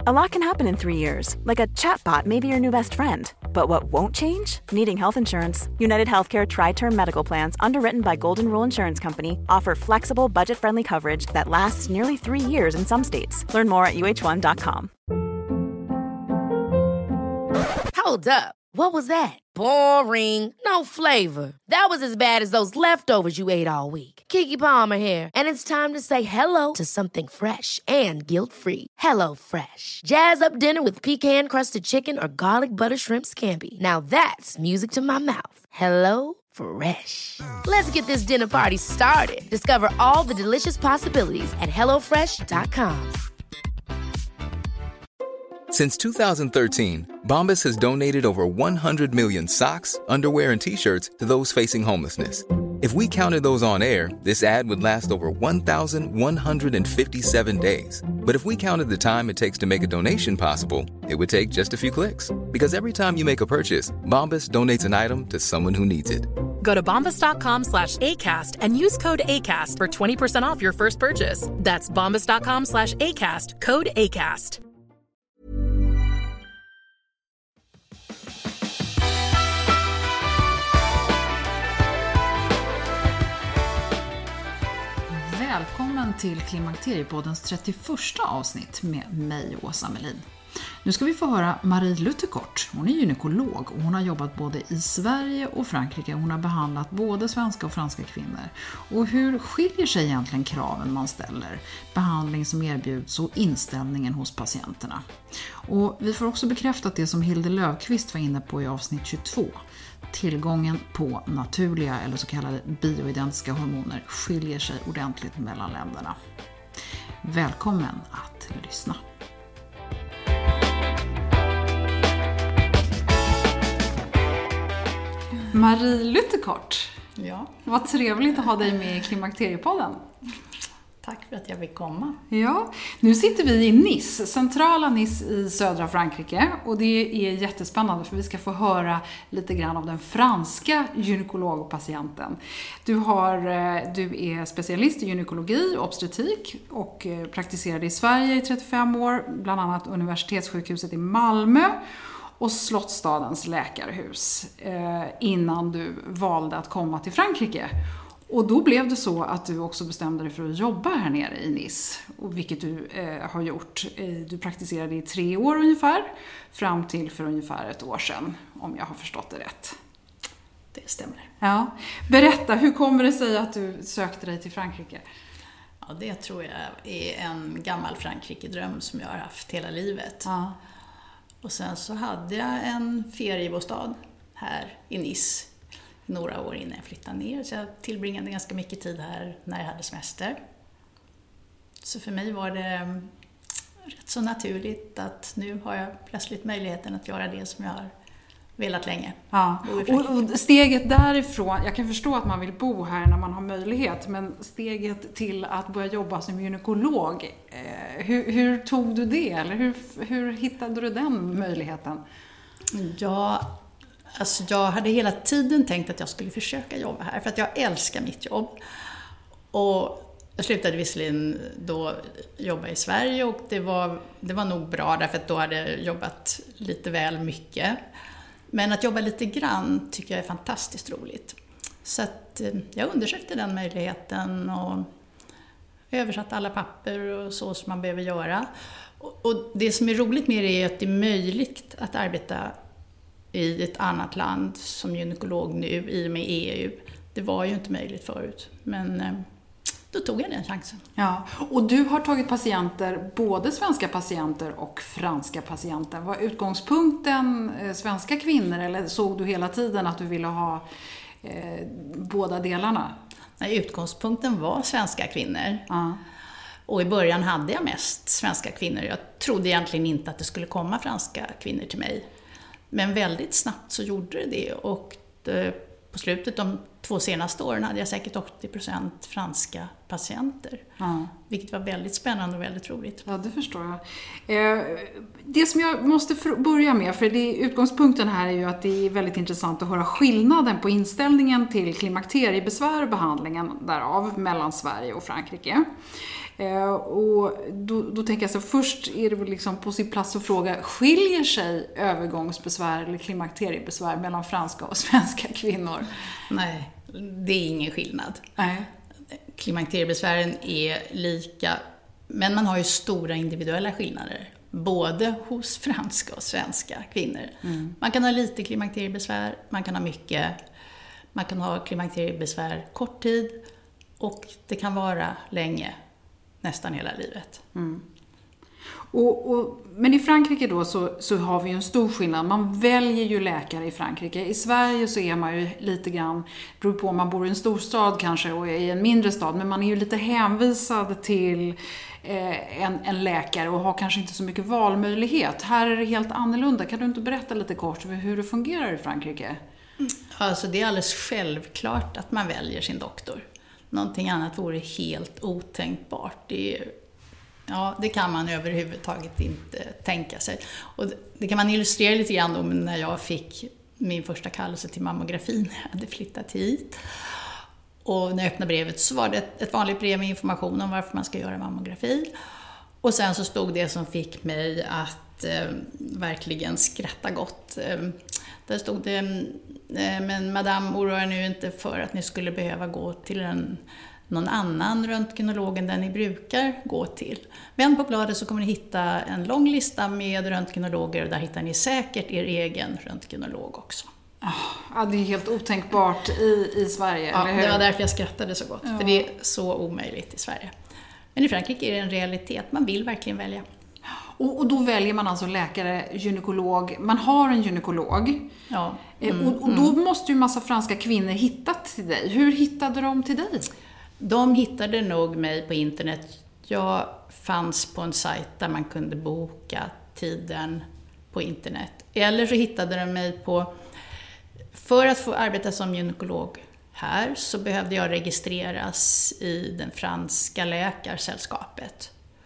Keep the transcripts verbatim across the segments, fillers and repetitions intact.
A lot can happen in three years, like a chatbot may be your new best friend. But what won't change? Needing health insurance. United Healthcare Tri-Term Medical Plans, underwritten by Golden Rule Insurance Company, offer flexible, budget-friendly coverage that lasts nearly three years in some states. Learn more at U H one dot com. Hold up. What was that? Boring. No flavor. That was as bad as those leftovers you ate all week. Keke Palmer here, and it's time to say hello to something fresh and guilt-free. Hello Fresh. Jazz up dinner with pecan-crusted chicken or garlic butter shrimp scampi. Now that's music to my mouth. Hello Fresh. Let's get this dinner party started. Discover all the delicious possibilities at hello fresh dot com. Since two thousand thirteen, Bombas has donated over one hundred million socks, underwear, and T-shirts to those facing homelessness. If we counted those on air, this ad would last over one thousand one hundred fifty-seven days. But if we counted the time it takes to make a donation possible, it would take just a few clicks. Because every time you make a purchase, Bombas donates an item to someone who needs it. Go to bombas.com slash ACAST and use code ACAST for twenty percent off your first purchase. That's bombas.com slash ACAST, code ACAST. Välkommen till Klimakteriepoddens trettioförsta avsnitt med mig, Åsa Melin. Nu ska vi få höra Marie Luttekort. Hon är gynekolog och hon har jobbat både i Sverige och Frankrike. Hon har behandlat både svenska och franska kvinnor. Och hur skiljer sig egentligen kraven man ställer, behandling som erbjuds och inställningen hos patienterna? Och vi får också bekräftat det som Hilde Löfqvist var inne på i avsnitt tjugotvå. Tillgången på naturliga eller så kallade bioidentiska hormoner skiljer sig ordentligt mellan länderna. Välkommen att lyssna. Marie Luttekort. Ja. Vad trevligt att ha dig med i Klimakteriepodden. Tack för att jag vill komma. Ja, nu sitter vi i Nice, centrala Nice i södra Frankrike. Och det är jättespännande för vi ska få höra lite grann av den franska gynekologpatienten. Du, har, du är specialist i gynekologi och obstetrik och praktiserade i Sverige i trettiofem år. Bland annat Universitetssjukhuset i Malmö och Slottsstadens läkarhus eh, innan du valde att komma till Frankrike. Och då blev det så att du också bestämde dig för att jobba här nere i Nice, och vilket du eh, har gjort. Eh, du praktiserade i tre år ungefär, fram till för ungefär ett år sedan, om jag har förstått det rätt. Det stämmer. Ja. Berätta, hur kommer det sig att du sökte dig till Frankrike? Ja, det tror jag är en gammal Frankrike-dröm som jag har haft hela livet. Ja. Och sen så hade jag en feriebostad här i Nice några år innan jag flyttade ner. Så jag tillbringade ganska mycket tid här när jag hade semester. Så för mig var det rätt så naturligt att nu har jag plötsligt möjligheten att göra det som jag har velat länge. Ja. Och, och steget därifrån, jag kan förstå att man vill bo här när man har möjlighet, men steget till att börja jobba som gynekolog, eh, hur, hur tog du det? Eller hur, hur hittade du den möjligheten? Ja, alltså jag hade hela tiden tänkt att jag skulle försöka jobba här för att jag älskar mitt jobb. Och jag slutade visserligen då jobba i Sverige och det var, det var nog bra därför att då hade jag jobbat lite väl mycket. Men att jobba lite grann tycker jag är fantastiskt roligt. Så att jag undersökte den möjligheten och översatte alla papper och så som man behöver göra. Och det som är roligt med det är att det är möjligt att arbeta i ett annat land som gynekolog nu i och med E U. Det var ju inte möjligt förut, men då tog jag den chansen. Ja, och du har tagit patienter, både svenska patienter och franska patienter. Var utgångspunkten svenska kvinnor eller såg du hela tiden att du ville ha eh, båda delarna? Nej, utgångspunkten var svenska kvinnor. Ja. Och i början hade jag mest svenska kvinnor. Jag trodde egentligen inte att det skulle komma franska kvinnor till mig. Men väldigt snabbt så gjorde det det. Och det, på slutet de två senaste åren hade jag säkert åttio procent franska patienter. Ja. Vilket var väldigt spännande och väldigt roligt. Ja, det förstår jag. Eh, det som jag måste för- börja med, för det, utgångspunkten här är ju att det är väldigt intressant att höra skillnaden på inställningen till klimakteriebesvär och behandlingen därav mellan Sverige och Frankrike. Eh, och då, då tänker jag så, först är det väl liksom på sin plats att fråga, skiljer sig övergångsbesvär eller klimakteriebesvär mellan franska och svenska kvinnor? Nej, det är ingen skillnad. Nej. Klimakteriebesvären är lika, men man har ju stora individuella skillnader. Både hos franska och svenska kvinnor. Mm. Man kan ha lite klimakteriebesvär, man kan ha mycket. Man kan ha klimakteriebesvär kort tid och det kan vara länge, nästan hela livet. Mm. Och, och, men i Frankrike då så, så har vi en stor skillnad. Man väljer ju läkare i Frankrike. I Sverige så är man ju lite grann, beror på om man bor i en storstad kanske och är i en mindre stad, men man är ju lite hänvisad till eh, en, en läkare och har kanske inte så mycket valmöjlighet. Här är det helt annorlunda. Kan du inte berätta lite kort hur det fungerar i Frankrike? Alltså det är alldeles självklart att man väljer sin doktor. Någonting annat vore helt otänkbart. Det, är, ja, det kan man överhuvudtaget inte tänka sig. Och det, det kan man illustrera lite grann om när jag fick min första kallelse till mammografin. Jag hade flyttat hit. Och när jag öppnade brevet så var det ett, ett vanligt brev med information om varför man ska göra mammografi. Och sen så stod det som fick mig att eh, verkligen skratta gott. Eh, där stod det, eh, men madame, oroa er nu inte för att ni skulle behöva gå till en, någon annan röntgenolog än den ni brukar gå till. Men på bladet så kommer ni hitta en lång lista med röntgenologer och där hittar ni säkert er egen röntgenolog också. Ja, det är helt otänkbart i, i Sverige, ja, eller hur? Det var därför jag skrattade så gott, ja. För det är så omöjligt i Sverige. Men i Frankrike är det en realitet, man vill verkligen välja. Och, och då väljer man alltså läkare, gynekolog. Man har en gynekolog. Ja. Mm, och, och då mm. måste ju massa franska kvinnor hitta till dig. Hur hittade de till dig? De hittade nog mig på internet. Jag fanns på en sajt där man kunde boka tiden på internet. Eller så hittade de mig på... För att få arbeta som gynekolog här så behövde jag registreras i den franska läkarsällskapet.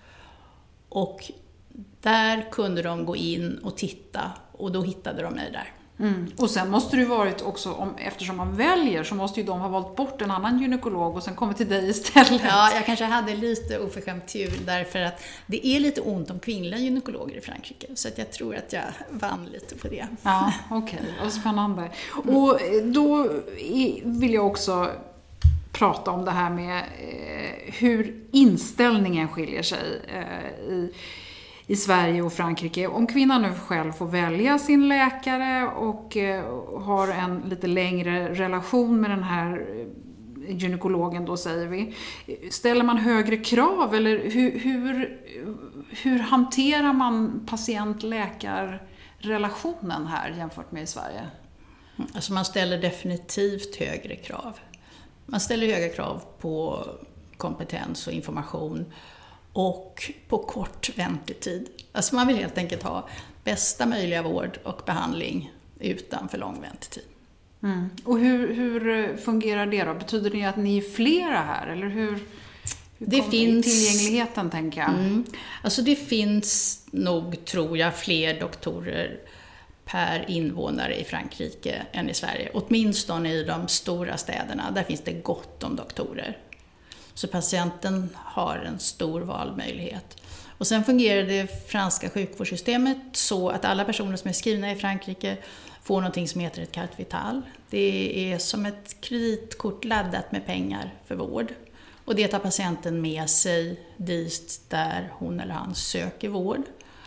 Och där kunde de gå in och titta och då hittade de mig där. Mm. Och sen måste det ju varit också, om, eftersom man väljer så måste ju de ha valt bort en annan gynekolog och sen kommit till dig istället. Ja, jag kanske hade lite oförskämt tur därför att det är lite ont om kvinnliga gynekologer i Frankrike. Så att jag tror att jag vann lite på det. Ja, okej. Okay. Vad spännande. Mm. Och då vill jag också prata om det här med eh, hur inställningen skiljer sig eh, i i Sverige och Frankrike. Om kvinnan nu själv får välja sin läkare och eh, har en lite längre relation med den här gynekologen då, säger vi. Ställer man högre krav eller hur, hur, hur hanterar man patient-läkar-relationen här jämfört med i Sverige? Alltså man ställer definitivt högre krav. Man ställer höga krav på kompetens och information. Och på kort väntetid. Alltså man vill helt enkelt ha bästa möjliga vård och behandling utan för lång väntetid. Mm. Och hur, hur fungerar det då? Betyder det att ni är flera här? Eller hur, hur det finns tillgängligheten, tänker jag? Mm. Alltså det finns nog, tror jag, fler doktorer per invånare i Frankrike än i Sverige. Åtminstone i de stora städerna. Där finns det gott om doktorer. Så patienten har en stor valmöjlighet. Och sen fungerar det franska sjukvårdssystemet så att alla personer som är skrivna i Frankrike får någonting som heter ett carte vitale. Det är som ett kreditkort laddat med pengar för vård. Och det tar patienten med sig dit där hon eller han söker vård.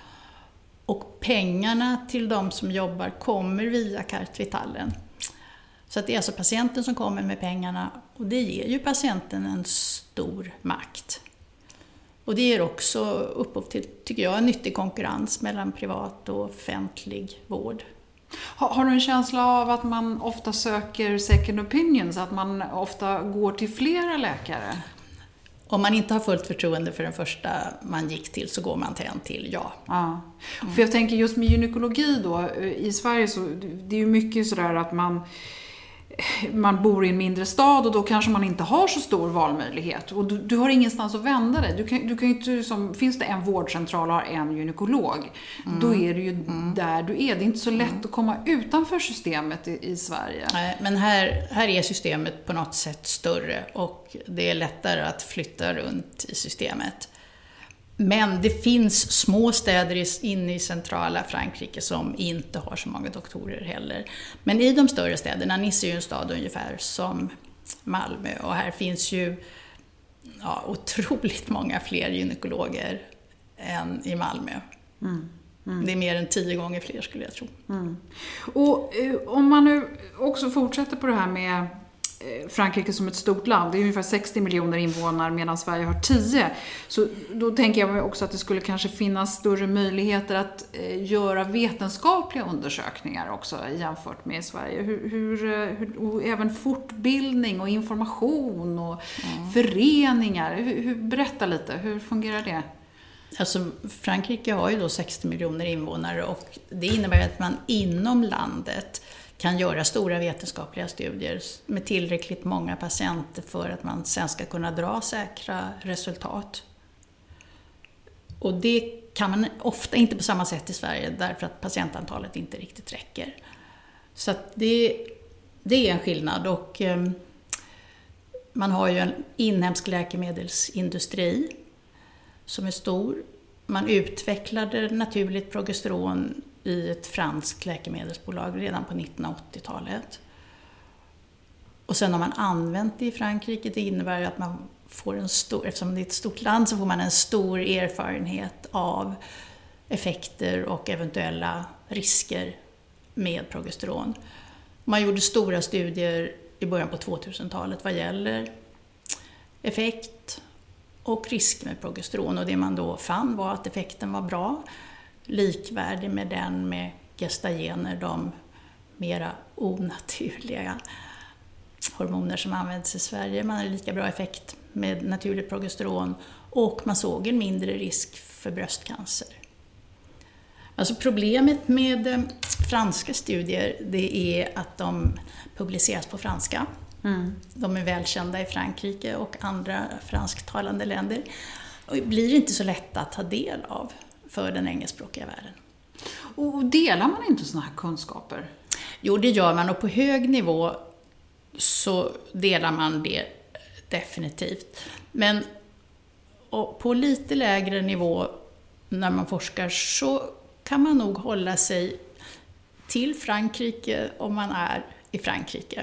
Och pengarna till de som jobbar kommer via carte vitalen. Så att det är alltså patienten som kommer med pengarna och det ger ju patienten en stor makt. Och det ger också upphov till, tycker jag, en nyttig konkurrens mellan privat och offentlig vård. Har, har du en känsla av att man ofta söker second opinions, att man ofta går till flera läkare? Om man inte har fullt förtroende för den första man gick till så går man till en till, ja. ja. Mm. För jag tänker just med gynekologi då, i Sverige så det är ju mycket sådär att man man bor i en mindre stad och då kanske man inte har så stor valmöjlighet. Och du, du har ingenstans att vända dig. Du kan, du kan ju inte, som, finns det en vårdcentral och har en gynekolog, mm. då är det ju mm. där du är. Det är inte så lätt mm. att komma utanför systemet i, i Sverige. Nej, men här, här är systemet på något sätt större och det är lättare att flytta runt i systemet. Men det finns små städer inne i centrala Frankrike som inte har så många doktorer heller. Men i de större städerna, Nice är ju en stad ungefär som Malmö. Och här finns ju ja, otroligt många fler gynekologer än i Malmö. Mm. Mm. Det är mer än tio gånger fler skulle jag tro. Mm. Och eh, om man nu också fortsätter på det här med Frankrike som ett stort land, det är ungefär sextio miljoner invånare medan Sverige har tio. Så då tänker jag mig också att det skulle kanske finnas större möjligheter att eh, göra vetenskapliga undersökningar också jämfört med Sverige. Hur, hur, hur, och även fortbildning och information och mm. föreningar. Hur, hur, berätta lite, hur fungerar det? Alltså Frankrike har ju då sextio miljoner invånare och det innebär att man inom landet kan göra stora vetenskapliga studier med tillräckligt många patienter för att man sen ska kunna dra säkra resultat. Och det kan man ofta inte på samma sätt i Sverige därför att patientantalet inte riktigt räcker. Så att det, det är en skillnad och eh, man har ju en inhemsk läkemedelsindustri som är stor. Man utvecklade naturligt progesteron i ett franskt läkemedelsbolag redan på nittonhundraåttiotalet. Och sen har man använt det i Frankrike. Det innebär att man får en stor, eftersom det är ett stort land så får man en stor erfarenhet av effekter och eventuella risker med progesteron. Man gjorde stora studier i början på tvåtusentalet vad gäller effekt och risk med progesteron. Och det man då fann var att effekten var bra, likvärdig med den med gestagener, de mera onaturliga hormoner som används i Sverige. Man hade lika bra effekt med naturligt progesteron och man såg en mindre risk för bröstcancer. Alltså problemet med franska studier det är att de publiceras på franska. Mm. De är välkända i Frankrike och andra fransktalande länder. Och det blir inte så lätt att ta del av för den engelskspråkiga världen. Och delar man inte såna här kunskaper? Jo, det gör man och på hög nivå så delar man det definitivt. Men och på lite lägre nivå när man forskar så kan man nog hålla sig till Frankrike om man är i Frankrike.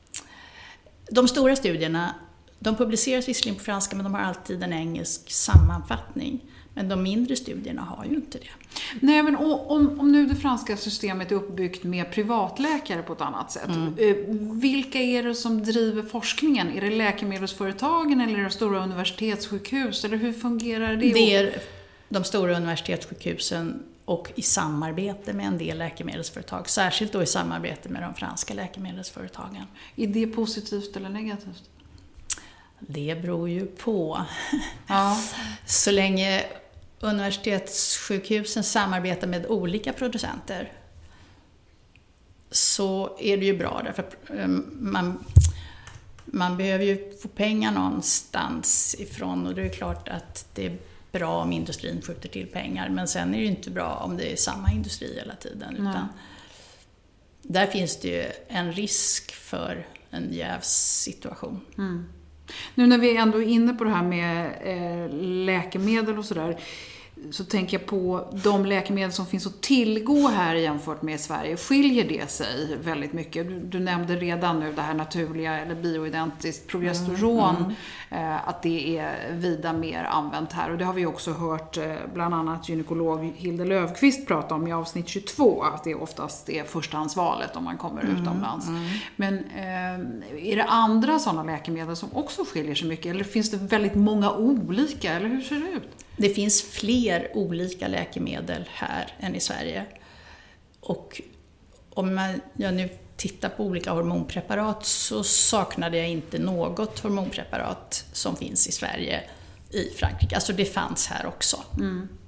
De stora studierna, de publiceras visserligen på franska men de har alltid en engelsk sammanfattning. Men de mindre studierna har ju inte det. Nej, men om, om nu det franska systemet är uppbyggt med privatläkare på ett annat sätt. Mm. Vilka är det som driver forskningen? Är det läkemedelsföretagen eller är det stora universitetssjukhus? Eller hur fungerar det? Det är de stora universitetssjukhusen och i samarbete med en del läkemedelsföretag. Särskilt då i samarbete med de franska läkemedelsföretagen. Är det positivt eller negativt? Det beror ju på. Ja. Så länge universitetssjukhusen samarbetar med olika producenter så är det ju bra därför att man, man behöver ju få pengar någonstans ifrån och det är klart att det är bra om industrin skjuter till pengar men sen är det ju inte bra om det är samma industri hela tiden utan där finns det ju en risk för en jävssituation. Mm. Nu när vi ändå är inne på det här med eh, läkemedel och sådär så tänker jag på de läkemedel som finns att tillgå här jämfört med Sverige. Skiljer det sig väldigt mycket? Du, du nämnde redan nu det här naturliga eller bioidentiskt progesteron, mm, mm. Eh, att det är vida mer använt här. Och det har vi också hört eh, bland annat gynekolog Hilde Löfqvist prata om i avsnitt tjugotvå, att det oftast är förstahandsvalet om man kommer mm, utomlands. Mm. Men eh, är det andra sådana läkemedel som också skiljer sig mycket? Eller finns det väldigt många olika? Eller hur ser det ut? Det finns fler olika läkemedel här än i Sverige. Och om jag nu tittar på olika hormonpreparat så saknade jag inte något hormonpreparat som finns i Sverige i Frankrike. Alltså det fanns här också. Mm.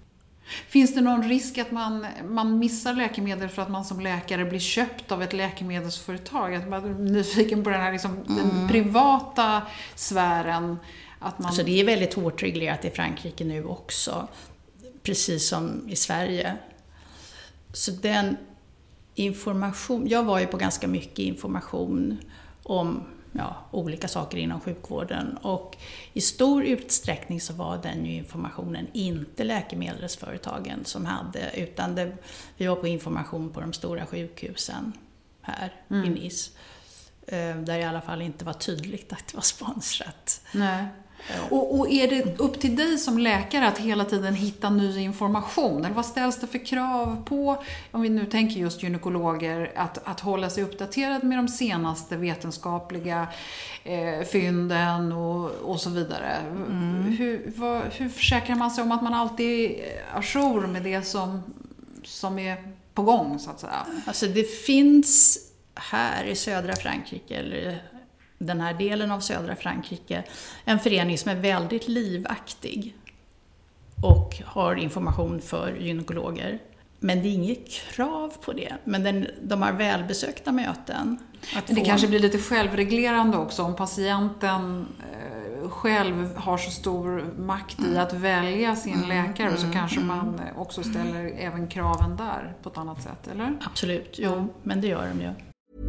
Finns det någon risk att man, man missar läkemedel för att man som läkare blir köpt av ett läkemedelsföretag? Att man är nyfiken på den här liksom, mm. den privata sfären. Att man... Alltså det är väldigt hårt reglerat i Frankrike nu också. Precis som i Sverige. Så den information... Jag var ju på ganska mycket information om ja, olika saker inom sjukvården. Och i stor utsträckning så var den ju informationen inte läkemedelsföretagen som hade. Utan det, vi var på information på de stora sjukhusen här mm. i Nice. Där det i alla fall inte var tydligt att det var sponsrat. Nej. Och, och är det upp till dig som läkare att hela tiden hitta ny information? Eller vad ställs det för krav på, om vi nu tänker just gynekologer, att, att hålla sig uppdaterad med de senaste vetenskapliga eh, fynden och, och så vidare? Mm. Hur, vad, hur försäkrar man sig om att man alltid är ajour med det som, som är på gång, så att säga? Alltså det finns här i södra Frankrike, eller den här delen av södra Frankrike, en förening som är väldigt livaktig och har information för gynekologer. Men det är inget krav på det. Men den, de har välbesökta möten. Att det få... kanske blir lite självreglerande också om patienten eh, själv har så stor makt i att välja sin mm, läkare. Mm, så kanske mm, man också ställer mm. även kraven där på ett annat sätt, eller? Absolut, jo, mm. men det gör de ju.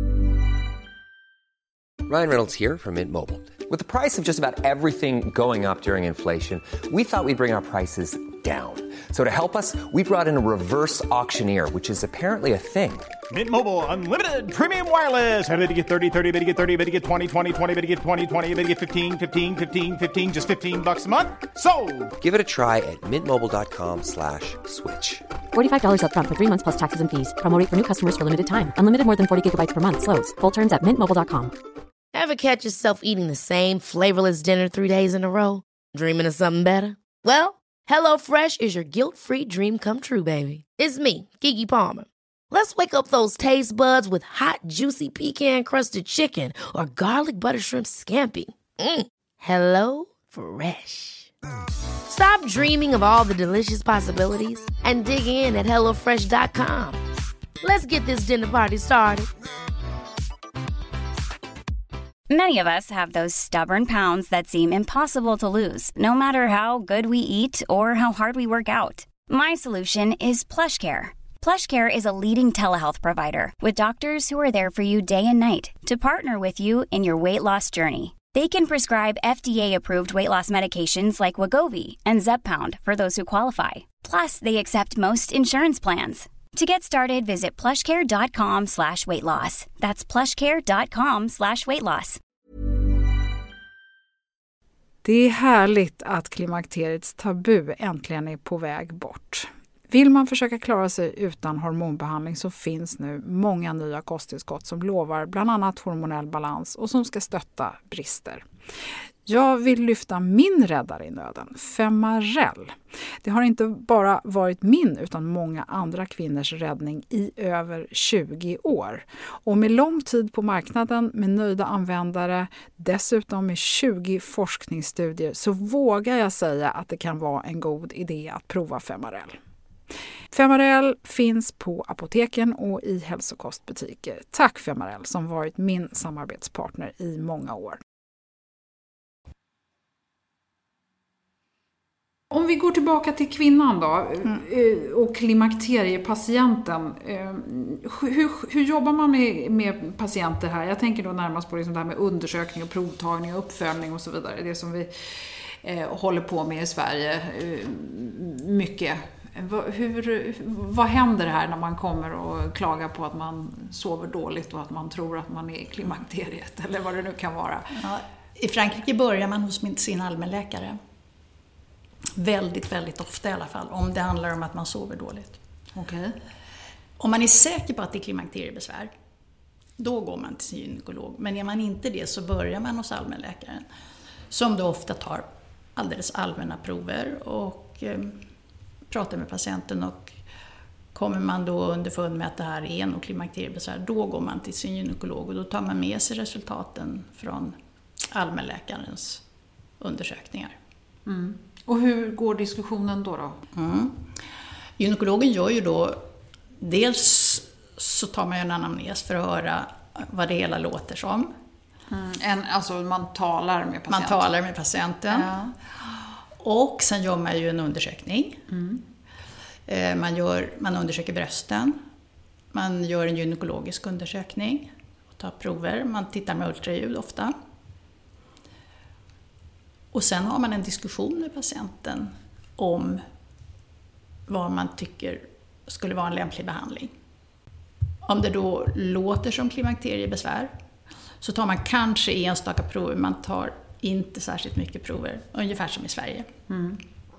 Ryan Reynolds here from Mint Mobile. With the price of just about everything going up during inflation, we thought we'd bring our prices down. So to help us, we brought in a reverse auctioneer, which is apparently a thing. Mint Mobile Unlimited Premium Wireless. How to get thirty, thirty, how to get thirty, how to get twenty, twenty, twenty, how to get twenty, twenty, how to get fifteen, fifteen, fifteen, fifteen, just fifteen bucks a month? Sold! Give it a try at mintmobile.com slash switch. forty-five dollars up front for three months plus taxes and fees. Promo rate for new customers for limited time. Unlimited more than forty gigabytes per month. Slows full terms at mint mobile dot com. Ever catch yourself eating the same flavorless dinner three days in a row? Dreaming of something better? Well, HelloFresh is your guilt-free dream come true, baby. It's me, Keke Palmer. Let's wake up those taste buds with hot, juicy pecan-crusted chicken or garlic butter shrimp scampi. Mm. Hello Fresh. Stop dreaming of all the delicious possibilities and dig in at hello fresh dot com. Let's get this dinner party started. Many of us have those stubborn pounds that seem impossible to lose, no matter how good we eat or how hard we work out. My solution is PlushCare. PlushCare is a leading telehealth provider with doctors who are there for you day and night to partner with you in your weight loss journey. They can prescribe F D A-approved weight loss medications like Wegovy and Zepbound for those who qualify. Plus, they accept most insurance plans. To get started, visit plushcare.com slash weight loss. That's plushcare.com slash weight loss. Det är härligt att klimakteriets tabu äntligen är på väg bort. Vill man försöka klara sig utan hormonbehandling så finns nu många nya kosttillskott som lovar bland annat hormonell balans och som ska stötta brister. Jag vill lyfta min räddare i nöden, Femarel. Det har inte bara varit min utan många andra kvinnors räddning i över tjugo år. Och med lång tid på marknaden, med nöjda användare, dessutom med tjugo forskningsstudier, så vågar jag säga att det kan vara en god idé att prova Femarel. Femarel finns på apoteken och i hälsokostbutiker. Tack Femarel som varit min samarbetspartner i många år. Om vi går tillbaka till kvinnan då mm. och klimakteriepatienten. Hur, hur jobbar man med, med patienter här? Jag tänker då närmast på liksom det här med undersökning och provtagning och uppföljning och så vidare. Det som vi eh, håller på med i Sverige eh, mycket. Hur, vad händer här när man kommer och klagar på att man sover dåligt och att man tror att man är i klimakteriet eller vad det nu kan vara? Ja, i Frankrike börjar man hos sin allmänläkare. Väldigt, väldigt ofta i alla fall, om det handlar om att man sover dåligt. Okay. Om man är säker på att det är klimakteriebesvär, då går man till sin gynekolog. Men är man inte det så börjar man hos allmänläkaren, som då ofta tar alldeles allmänna prover och eh, pratar med patienten. Och kommer man då underfund med att det här är nog klimakteriebesvär, då går man till sin gynekolog och då tar man med sig resultaten från allmänläkarens undersökningar. Mm. Och hur går diskussionen då? då? Mm. Gynekologen gör ju då, dels så tar man ju en anamnes för att höra vad det hela låter som. Mm. En, alltså man talar med patienten. Man talar med patienten. Ja. Och sen gör man ju en undersökning. Mm. Man, gör, man undersöker brösten. Man gör en gynekologisk undersökning. Och tar prover. Man tittar med ultraljud ofta. Och sen har man en diskussion med patienten om vad man tycker skulle vara en lämplig behandling. Om det då låter som klimakteriebesvär så tar man kanske enstaka prover. Man tar inte särskilt mycket prover, ungefär som i Sverige. Mm.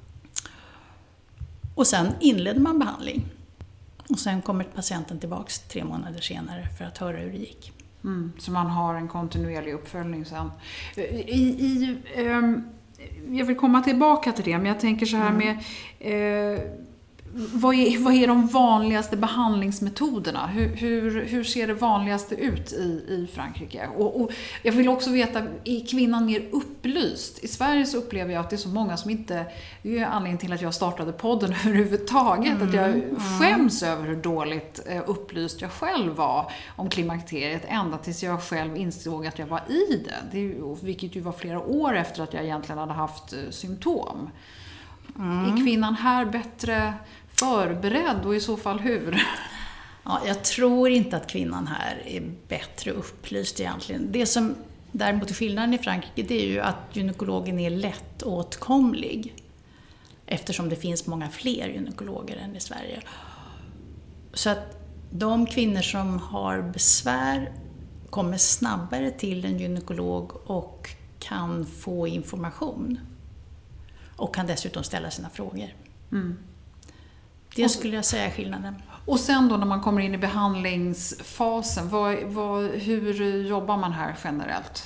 Och sen inleder man behandling. Och sen kommer patienten tillbaka tre månader senare för att höra hur det gick. Mm, så man har en kontinuerlig uppföljning sen. I, i, um, jag vill komma tillbaka till det, men jag tänker så här mm. med... Uh, Vad är, vad är de vanligaste behandlingsmetoderna? Hur, hur, hur ser det vanligaste ut i, i Frankrike? Och, och jag vill också veta, är kvinnan mer upplyst? I Sverige så upplever jag att det är så många som inte... Det är anledningen till att jag startade podden överhuvudtaget. Mm. Att jag skäms över hur dåligt upplyst jag själv var om klimakteriet. Ända tills jag själv insåg att jag var i det. det vilket ju var flera år efter att jag egentligen hade haft symptom. Mm. Är kvinnan här bättre förberedd och i så fall hur? Ja, jag tror inte att kvinnan här är bättre upplyst egentligen. Det som däremot är skillnaden i Frankrike, det är ju att gynekologen är lättåtkomlig. Eftersom det finns många fler gynekologer än i Sverige. Så att de kvinnor som har besvär kommer snabbare till en gynekolog och kan få information. Och kan dessutom ställa sina frågor. Mm. Det skulle jag säga är skillnaden. Och sen då när man kommer in i behandlingsfasen, vad, vad, hur jobbar man här generellt?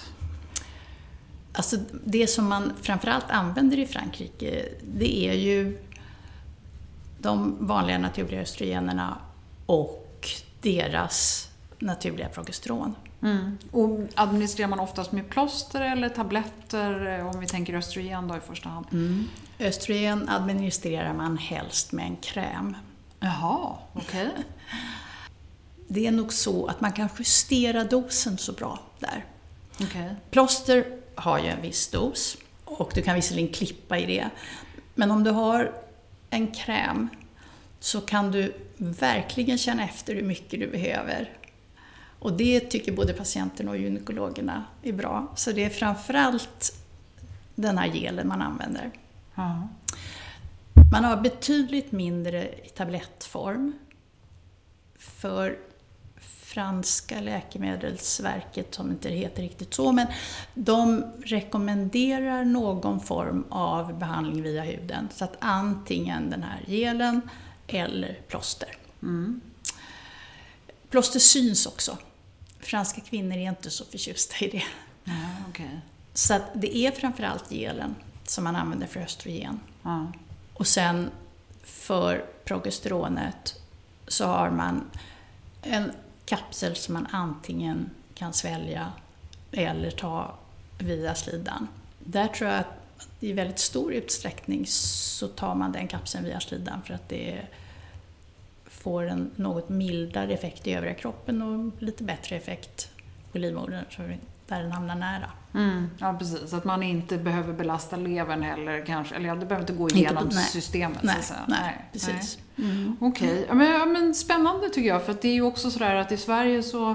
Alltså det som man framförallt använder i Frankrike, det är ju de vanliga naturliga östrogenerna och deras naturliga progesteron. Mm. Och administrerar man oftast med plåster eller tabletter, om vi tänker östrogen då i första hand? Mm. Östrogen administrerar man helst med en kräm. Jaha, okej. Okay. Det är nog så att man kan justera dosen så bra där. Okay. Plåster har ju en viss dos och du kan visserligen klippa i det. Men om du har en kräm så kan du verkligen känna efter hur mycket du behöver. Och det tycker både patienten och gynekologerna är bra. Så det är framförallt den här gelen man använder. Ja. Man har betydligt mindre i tablettform. För franska läkemedelsverket, som inte heter riktigt så, men de rekommenderar någon form av behandling via huden. Så att antingen den här gelen eller plåster. Mm. Plåster syns också. Franska kvinnor är inte så förtjusta i det. Ja, okay. Så att det är framförallt gelen som man använder för östrogen. Ja. Och sen för progesteronet så har man en kapsel som man antingen kan svälja eller ta via slidan. Där tror jag att i väldigt stor utsträckning så tar man den kapseln via slidan för att det får en något mildare effekt i övriga kroppen och lite bättre effekt på livmodern där den hamnar nära. Mm, ja, precis. Att man inte behöver belasta levern heller kanske. Eller det behöver inte gå igenom inte, nej. systemet. Nej, så att säga. nej, nej, precis. Mm. Okej. Okay. Ja, men, ja, men spännande tycker jag. För att det är ju också sådär att i Sverige så,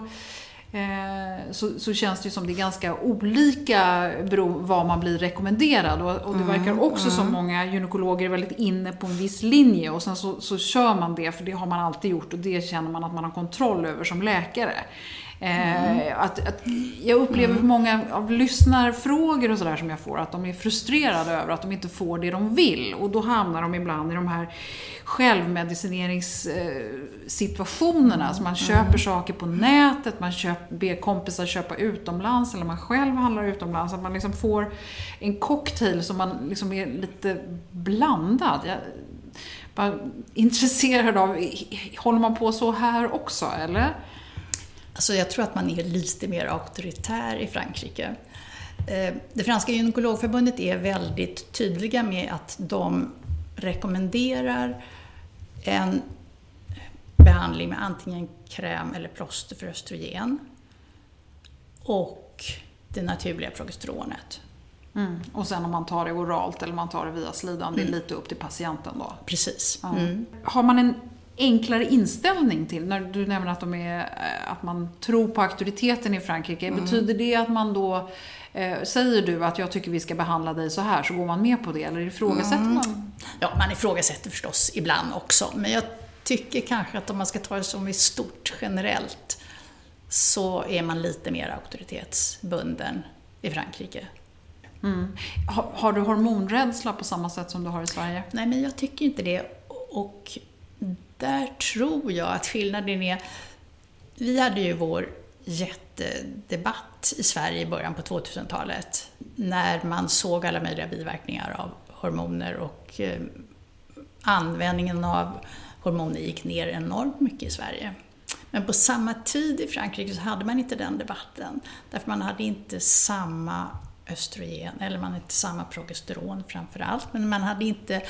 eh, så, så känns det ju som det är ganska olika bero, vad man blir rekommenderad. Och, och det verkar också mm. som många gynekologer är väldigt inne på en viss linje. Och sen så, så kör man det, för det har man alltid gjort. Och det känner man att man har kontroll över som läkare. Mm. Att, att jag upplever mm. många av lyssnarfrågor och sådär som jag får, att de är frustrerade över att de inte får det de vill, och då hamnar de ibland i de här självmedicineringssituationerna. Mm. Så man köper mm. saker på nätet, man köper, ber kompisar köpa utomlands, eller man själv handlar utomlands, att man liksom får en cocktail som man liksom är lite blandad. Jag är bara intresserad av, håller man på så här också eller? Alltså jag tror att man är lite mer auktoritär i Frankrike. Det franska gynekologförbundet är väldigt tydliga med att de rekommenderar en behandling med antingen kräm eller plåster för östrogen och det naturliga progesteronet. Mm. Och sen om man tar det oralt eller man tar det via slidan, det är lite upp till patienten då. Precis. Ja. Mm. Har man en enklare inställning till, när du nämner att, de är, att man tror på auktoriteten i Frankrike, mm. betyder det att man då eh, säger du att jag tycker vi ska behandla dig så här, så går man med på det eller ifrågasätter mm. man? Ja, man ifrågasätter förstås ibland också, men jag tycker kanske att om man ska ta det som i stort generellt så är man lite mer auktoritetsbunden i Frankrike. Mm. Har, har du hormonrädsla på samma sätt som du har i Sverige? Nej, men jag tycker inte det. Och där tror jag att skillnaden är... Vi hade ju vår jättedebatt i Sverige i början på tvåtusentalet när man såg alla möjliga biverkningar av hormoner och eh, användningen av hormoner gick ner enormt mycket i Sverige. Men på samma tid i Frankrike så hade man inte den debatten. Därför man hade inte samma östrogen, eller man hade inte samma progesteron framför allt. Men man hade inte,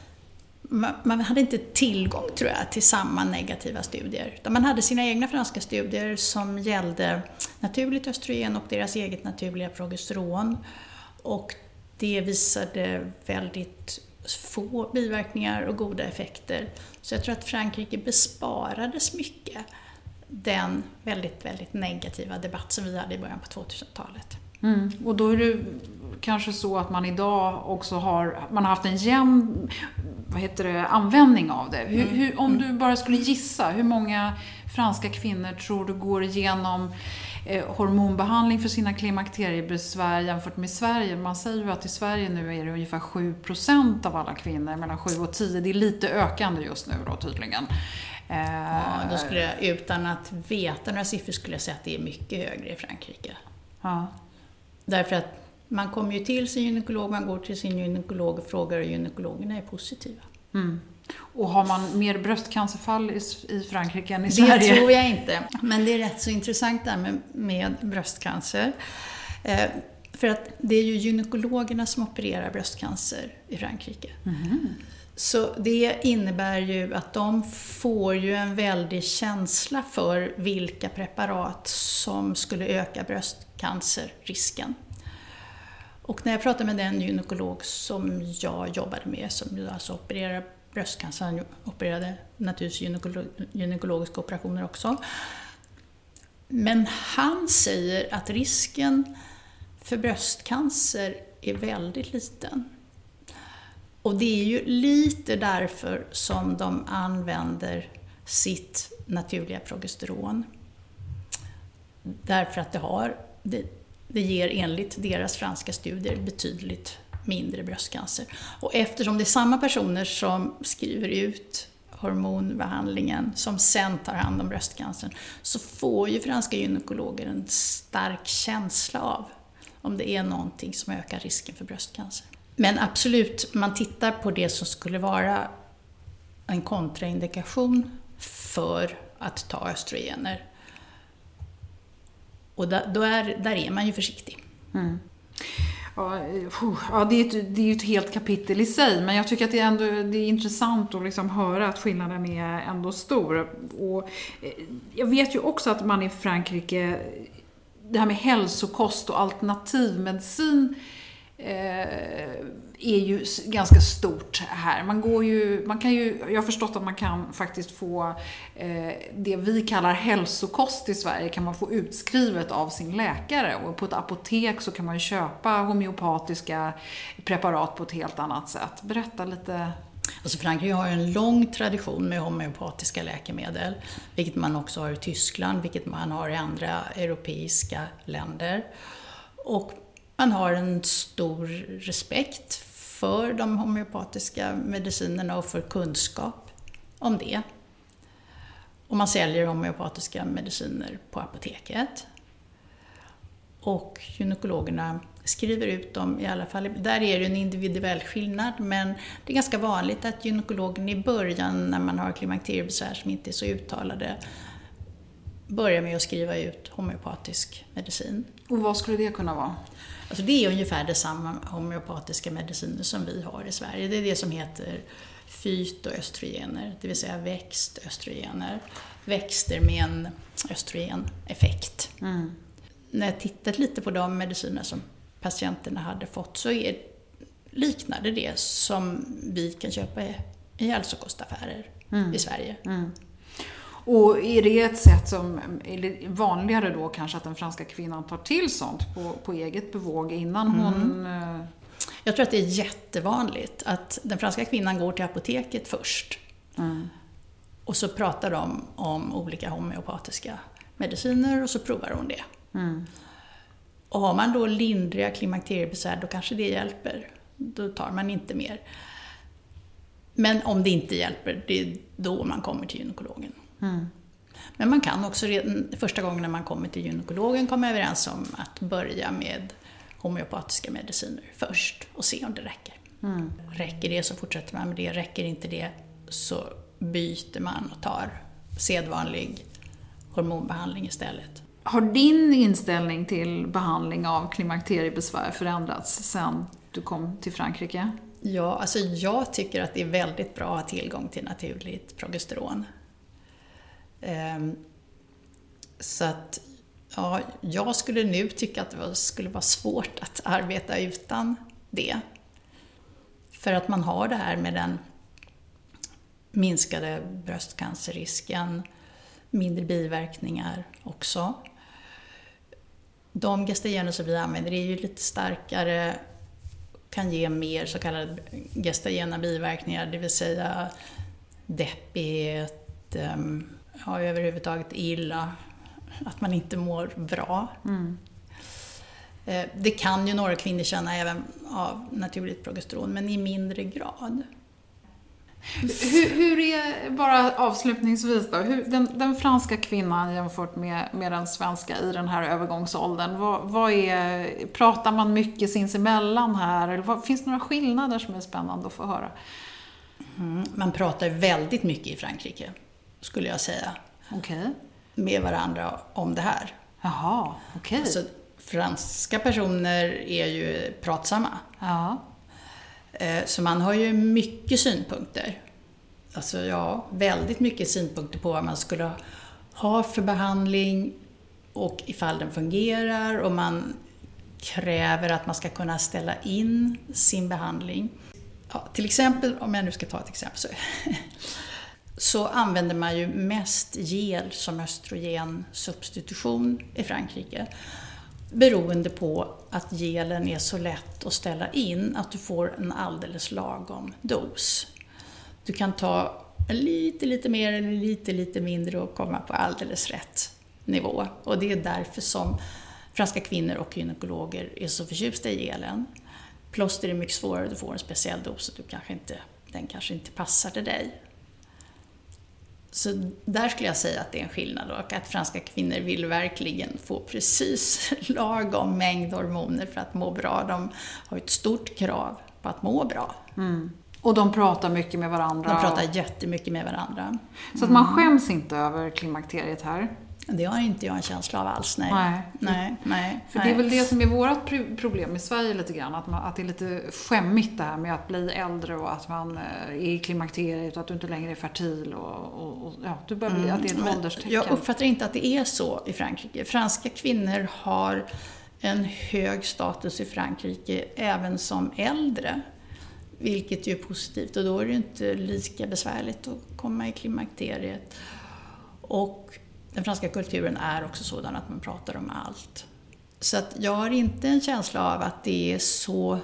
man hade inte tillgång, tror jag, till samma negativa studier. Utan man hade sina egna franska studier som gällde naturligt östrogen och deras eget naturliga progesteron. Och det visade väldigt få biverkningar och goda effekter. Så jag tror att Frankrike besparades mycket den väldigt, väldigt negativa debatt som vi hade i början på tvåtusentalet. Mm. Och då är det kanske så att man idag också har, man har haft en jämn, vad heter det, användning av det. Hur, Mm. hur, om Mm. du bara skulle gissa, hur många franska kvinnor tror du går igenom eh, hormonbehandling för sina klimakteriebesvär jämfört med Sverige? Man säger ju att i Sverige nu är det ungefär sju procent av alla kvinnor, mellan sju och tio. Det är lite ökande just nu då tydligen. Eh, Ja, då skulle jag, utan att veta några siffror, skulle jag säga att det är mycket högre i Frankrike. Ja. Därför att man kommer ju till sin gynekolog, man går till sin gynekolog och frågar och gynekologerna är positiva. Mm. Och har man mer bröstcancerfall i, i Frankrike än i Sverige? Det tror jag inte. Men det är rätt så intressant där med, med bröstcancer. Eh, för att det är ju gynekologerna som opererar bröstcancer i Frankrike. Mm. Så det innebär ju att de får ju en väldig känsla för vilka preparat som skulle öka bröstcancerrisken. Och när jag pratade med den gynekolog som jag jobbade med, som ju alltså opererar bröstcancer, han opererade naturligtvis gynekolo- gynekologiska operationer också. Men han säger att risken för bröstcancer är väldigt liten. Och det är ju lite därför som de använder sitt naturliga progesteron. Därför att det, har, det, det ger enligt deras franska studier betydligt mindre bröstcancer. Och eftersom det är samma personer som skriver ut hormonbehandlingen som sen tar hand om bröstcancern, så får ju franska gynekologer en stark känsla av om det är någonting som ökar risken för bröstcancer. Men absolut, man tittar på det som skulle vara en kontraindikation för att ta östrogener. Och där, då är, där är man ju försiktig. Mm. Ja, ja, det är ett, det är ju ett helt kapitel i sig, men jag tycker att det är, ändå, det är intressant att liksom höra att skillnaden är ändå stor. Och jag vet ju också att man i Frankrike, det här med hälsokost och alternativmedicin eh, är ju ganska stort här. Man går ju, man kan ju, jag har förstått att man kan faktiskt få eh, det vi kallar hälsokost i Sverige kan man få utskrivet av sin läkare, och på ett apotek så kan man ju köpa homeopatiska preparat på ett helt annat sätt. Berätta lite. Alltså Frankrike har ju en lång tradition med homeopatiska läkemedel, vilket man också har i Tyskland, vilket man har i andra europeiska länder. Och man har en stor respekt för de homeopatiska medicinerna och för kunskap om det. Och man säljer homeopatiska mediciner på apoteket. Och gynekologerna skriver ut dem i alla fall. Där är det en individuell skillnad, men det är ganska vanligt att gynekologen i början, när man har klimakteriebesvär som inte är så uttalade, börjar med att skriva ut homeopatisk medicin. Och vad skulle det kunna vara? Alltså det är ungefär detsamma homeopatiska mediciner som vi har i Sverige. Det är det som heter fytoöstrogener, det vill säga växtöstrogener. Växter med en östrogeneffekt. Mm. När jag tittat lite på de mediciner som patienterna hade fått så är, liknade det som vi kan köpa i, i hälsokostaffärer mm. i Sverige. Mm. Och är det ett sätt som är vanligare då kanske att den franska kvinnan tar till sånt på, på eget bevåg innan hon... Mm. Jag tror att det är jättevanligt att den franska kvinnan går till apoteket först. Mm. Och så pratar de om olika homeopatiska mediciner och så provar hon det. Mm. Och har man då lindriga klimakteriebesvär då kanske det hjälper. Då tar man inte mer. Men om det inte hjälper, det är då man kommer till gynekologen. Mm. Men man kan också redan, första gången när man kommer till gynekologen komma överens om att börja med homeopatiska mediciner först och se om det räcker. Mm. Räcker det så fortsätter man med det. Räcker inte det så byter man och tar sedvanlig hormonbehandling istället. Har din inställning till behandling av klimakteriebesvär förändrats sedan du kom till Frankrike? Ja, alltså jag tycker att det är väldigt bra att ha tillgång till naturligt progesteron. Um, så att ja, jag skulle nu tycka att det skulle vara svårt att arbeta utan det. För att man har det här med den minskade bröstcancerrisken, mindre biverkningar också. De gestagener som vi använder är ju lite starkare, kan ge mer så kallade gestagena biverkningar, det vill säga deppighet, ja, överhuvudtaget illa, att man inte mår bra. Mm. Det kan ju några kvinnor känna även av naturligt progesteron, men i mindre grad. Hur, hur är, bara avslutningsvis då, hur, den, den franska kvinnan jämfört med, med den svenska i den här övergångsåldern, vad, vad är, pratar man mycket sinsemellan här? Eller vad, finns det några skillnader som är spännande att få höra? Mm, man pratar väldigt mycket i Frankrike, skulle jag säga. Okay. Med varandra om det här. Jaha, okej. Okay. Alltså, franska personer är ju pratsamma. Ja. Så man har ju mycket synpunkter. Alltså ja, väldigt mycket synpunkter på vad man skulle ha för behandling och ifall den fungerar, och man kräver att man ska kunna ställa in sin behandling. Ja, till exempel, om jag nu ska ta ett exempel, så, så använder man ju mest gel som östrogensubstitution i Frankrike. Beroende på att gelen är så lätt att ställa in att du får en alldeles lagom dos. Du kan ta lite, lite mer eller lite, lite mindre och komma på alldeles rätt nivå. Och det är därför som franska kvinnor och gynekologer är så förtjusta i gelen. Plåster är mycket svårare, du får en speciell dos och du kanske inte, den kanske inte passar till dig. Så där skulle jag säga att det är en skillnad, och att franska kvinnor vill verkligen få precis lagom mängd hormoner för att må bra. De har ett stort krav på att må bra. Mm. Och de pratar mycket med varandra. De pratar jättemycket med varandra. Mm. Så att man skäms inte över klimakteriet här? Det har inte jag en känsla av alls, nej. Nej, nej, nej För nej. det är väl det som är vårt problem i Sverige lite grann. Att, man, att det är lite skämmigt det här med att bli äldre och att man är i klimakteriet och att du inte längre är fertil. Och, och, och ja, du börjar bli, mm. att det är ett ålderstecken. Jag uppfattar inte att det är så i Frankrike. Franska kvinnor har en hög status i Frankrike även som äldre. Vilket ju är positivt, och då är det inte lika besvärligt att komma i klimakteriet. Och den franska kulturen är också sådan att man pratar om allt. Så att jag har inte en känsla av att det är så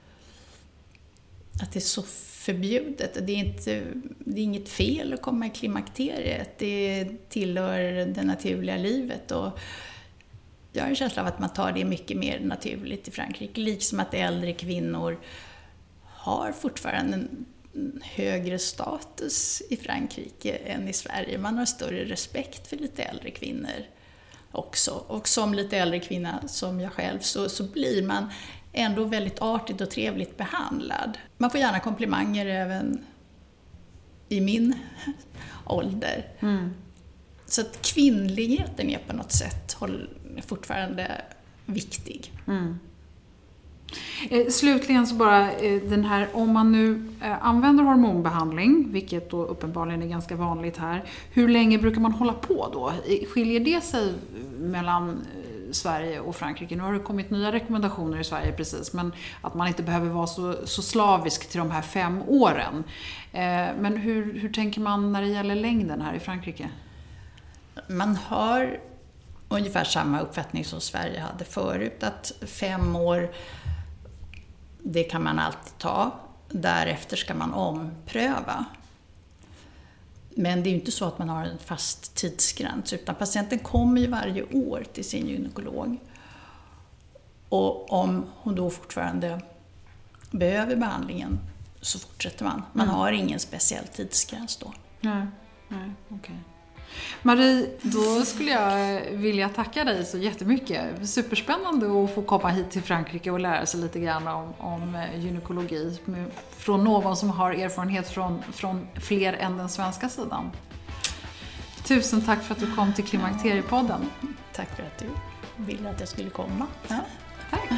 att det är så förbjudet. Det är, inte, det är inget fel att komma i klimakteriet. Det tillhör det naturliga livet. Och jag har en känsla av att man tar det mycket mer naturligt i Frankrike. Liksom att äldre kvinnor har fortfarande en högre status i Frankrike än i Sverige. Man har större respekt för lite äldre kvinnor också. Och som lite äldre kvinna som jag själv så, så blir man ändå väldigt artigt och trevligt behandlad. Man får gärna komplimanger även i min ålder. Mm. Så att kvinnligheten är på något sätt fortfarande viktig. Mm. Eh, slutligen så bara eh, den här, om man nu eh, använder hormonbehandling, vilket då uppenbarligen är ganska vanligt här, hur länge brukar man hålla på då? Skiljer det sig mellan eh, Sverige och Frankrike? Nu har det kommit nya rekommendationer i Sverige precis, men att man inte behöver vara så, så slavisk till de här fem åren. Eh, men hur, hur tänker man när det gäller längden här i Frankrike? Man har ungefär samma uppfattning som Sverige hade förut, att fem år, det kan man alltid ta. Därefter ska man ompröva. Men det är ju inte så att man har en fast tidsgräns, utan patienten kommer ju varje år till sin gynekolog. Och om hon då fortfarande behöver behandlingen så fortsätter man. Man mm. har ingen speciell tidsgräns då. Nej, nej, okej. Okay. Marie, då skulle jag vilja tacka dig så jättemycket. Superspännande att få komma hit till Frankrike och lära sig lite grann om, om gynekologi från någon som har erfarenhet från, från fler än den svenska sidan. Tusen tack för att du kom till Klimakteriepodden. Tack för att du ville att jag skulle komma. Ja, tack.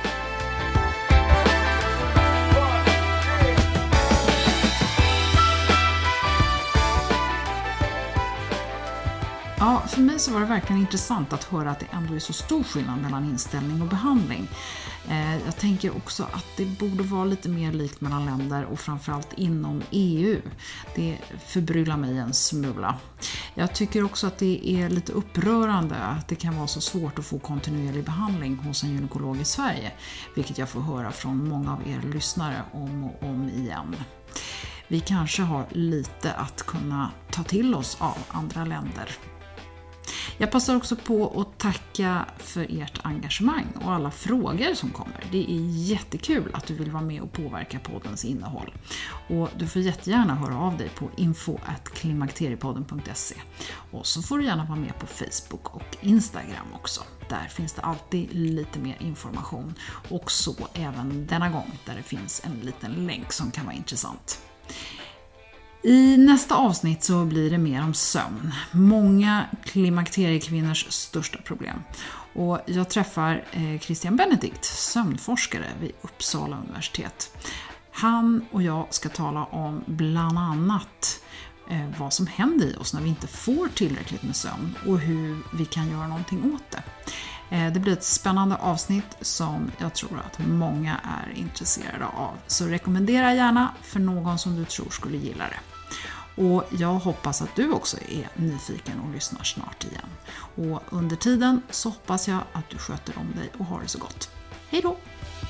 Ja, för mig så var det verkligen intressant att höra att det ändå är så stor skillnad mellan inställning och behandling. Eh, jag tänker också att det borde vara lite mer likt mellan länder och framförallt inom E U. Det förbryllar mig en smula. Jag tycker också att det är lite upprörande att det kan vara så svårt att få kontinuerlig behandling hos en gynekolog i Sverige, vilket jag får höra från många av er lyssnare om och om igen. Vi kanske har lite att kunna ta till oss av andra länder. Jag passar också på att tacka för ert engagemang och alla frågor som kommer. Det är jättekul att du vill vara med och påverka poddens innehåll. Och du får jättegärna höra av dig på info at klimakteriepodden punkt se. Och så får du gärna vara med på Facebook och Instagram också. Där finns det alltid lite mer information. Och så även denna gång där det finns en liten länk som kan vara intressant. I nästa avsnitt så blir det mer om sömn. Många klimakteriekvinnors största problem. Och jag träffar eh, Christian Benedikt, sömnforskare vid Uppsala universitet. Han och jag ska tala om bland annat eh, vad som händer i oss när vi inte får tillräckligt med sömn och hur vi kan göra någonting åt det. Eh, det blir ett spännande avsnitt som jag tror att många är intresserade av. Så rekommendera gärna för någon som du tror skulle gilla det. Och jag hoppas att du också är nyfiken och lyssnar snart igen. Och under tiden så hoppas jag att du sköter om dig och har det så gott. Hej då!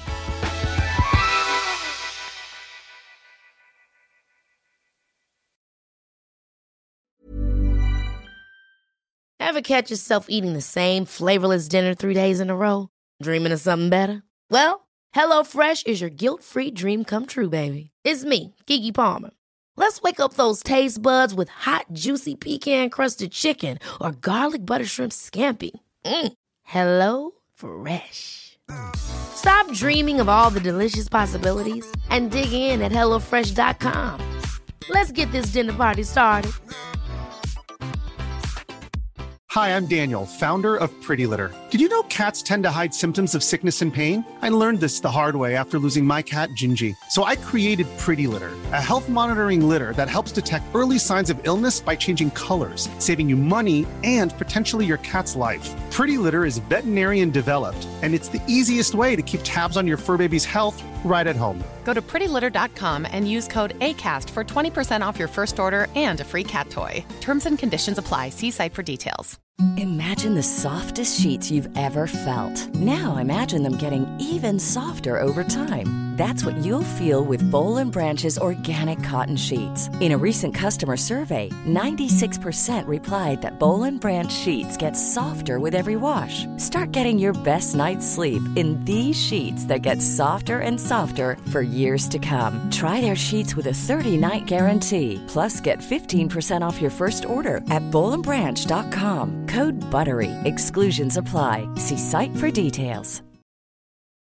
Ever catch yourself eating the same flavorless dinner three days in a row? Dreaming of something better? Well, HelloFresh is your guilt-free dream come true, baby. It's me, Keke Palmer. Let's wake up those taste buds with hot, juicy pecan-crusted chicken or garlic butter shrimp scampi. Mm. Hello Fresh. Stop dreaming of all the delicious possibilities and dig in at hello fresh dot com. Let's get this dinner party started. Hi, I'm Daniel, founder of Pretty Litter. Did you know cats tend to hide symptoms of sickness and pain? I learned this the hard way after losing my cat, Gingy. So I created Pretty Litter, a health monitoring litter that helps detect early signs of illness by changing colors, saving you money and potentially your cat's life. Pretty Litter is veterinarian developed, and it's the easiest way to keep tabs on your fur baby's health right at home. Go to pretty litter dot com and use code ACAST for twenty percent off your first order and a free cat toy. Terms and conditions apply. See site for details. Imagine the softest sheets you've ever felt. Now imagine them getting even softer over time. That's what you'll feel with Boll and Branch's organic cotton sheets. In a recent customer survey, ninety-six percent replied that Boll and Branch sheets get softer with every wash. Start getting your best night's sleep in these sheets that get softer and softer for years to come. Try their sheets with a thirty-night guarantee. Plus, get fifteen percent off your first order at boll and branch dot com. Code BUTTERY. Exclusions apply. See site for details.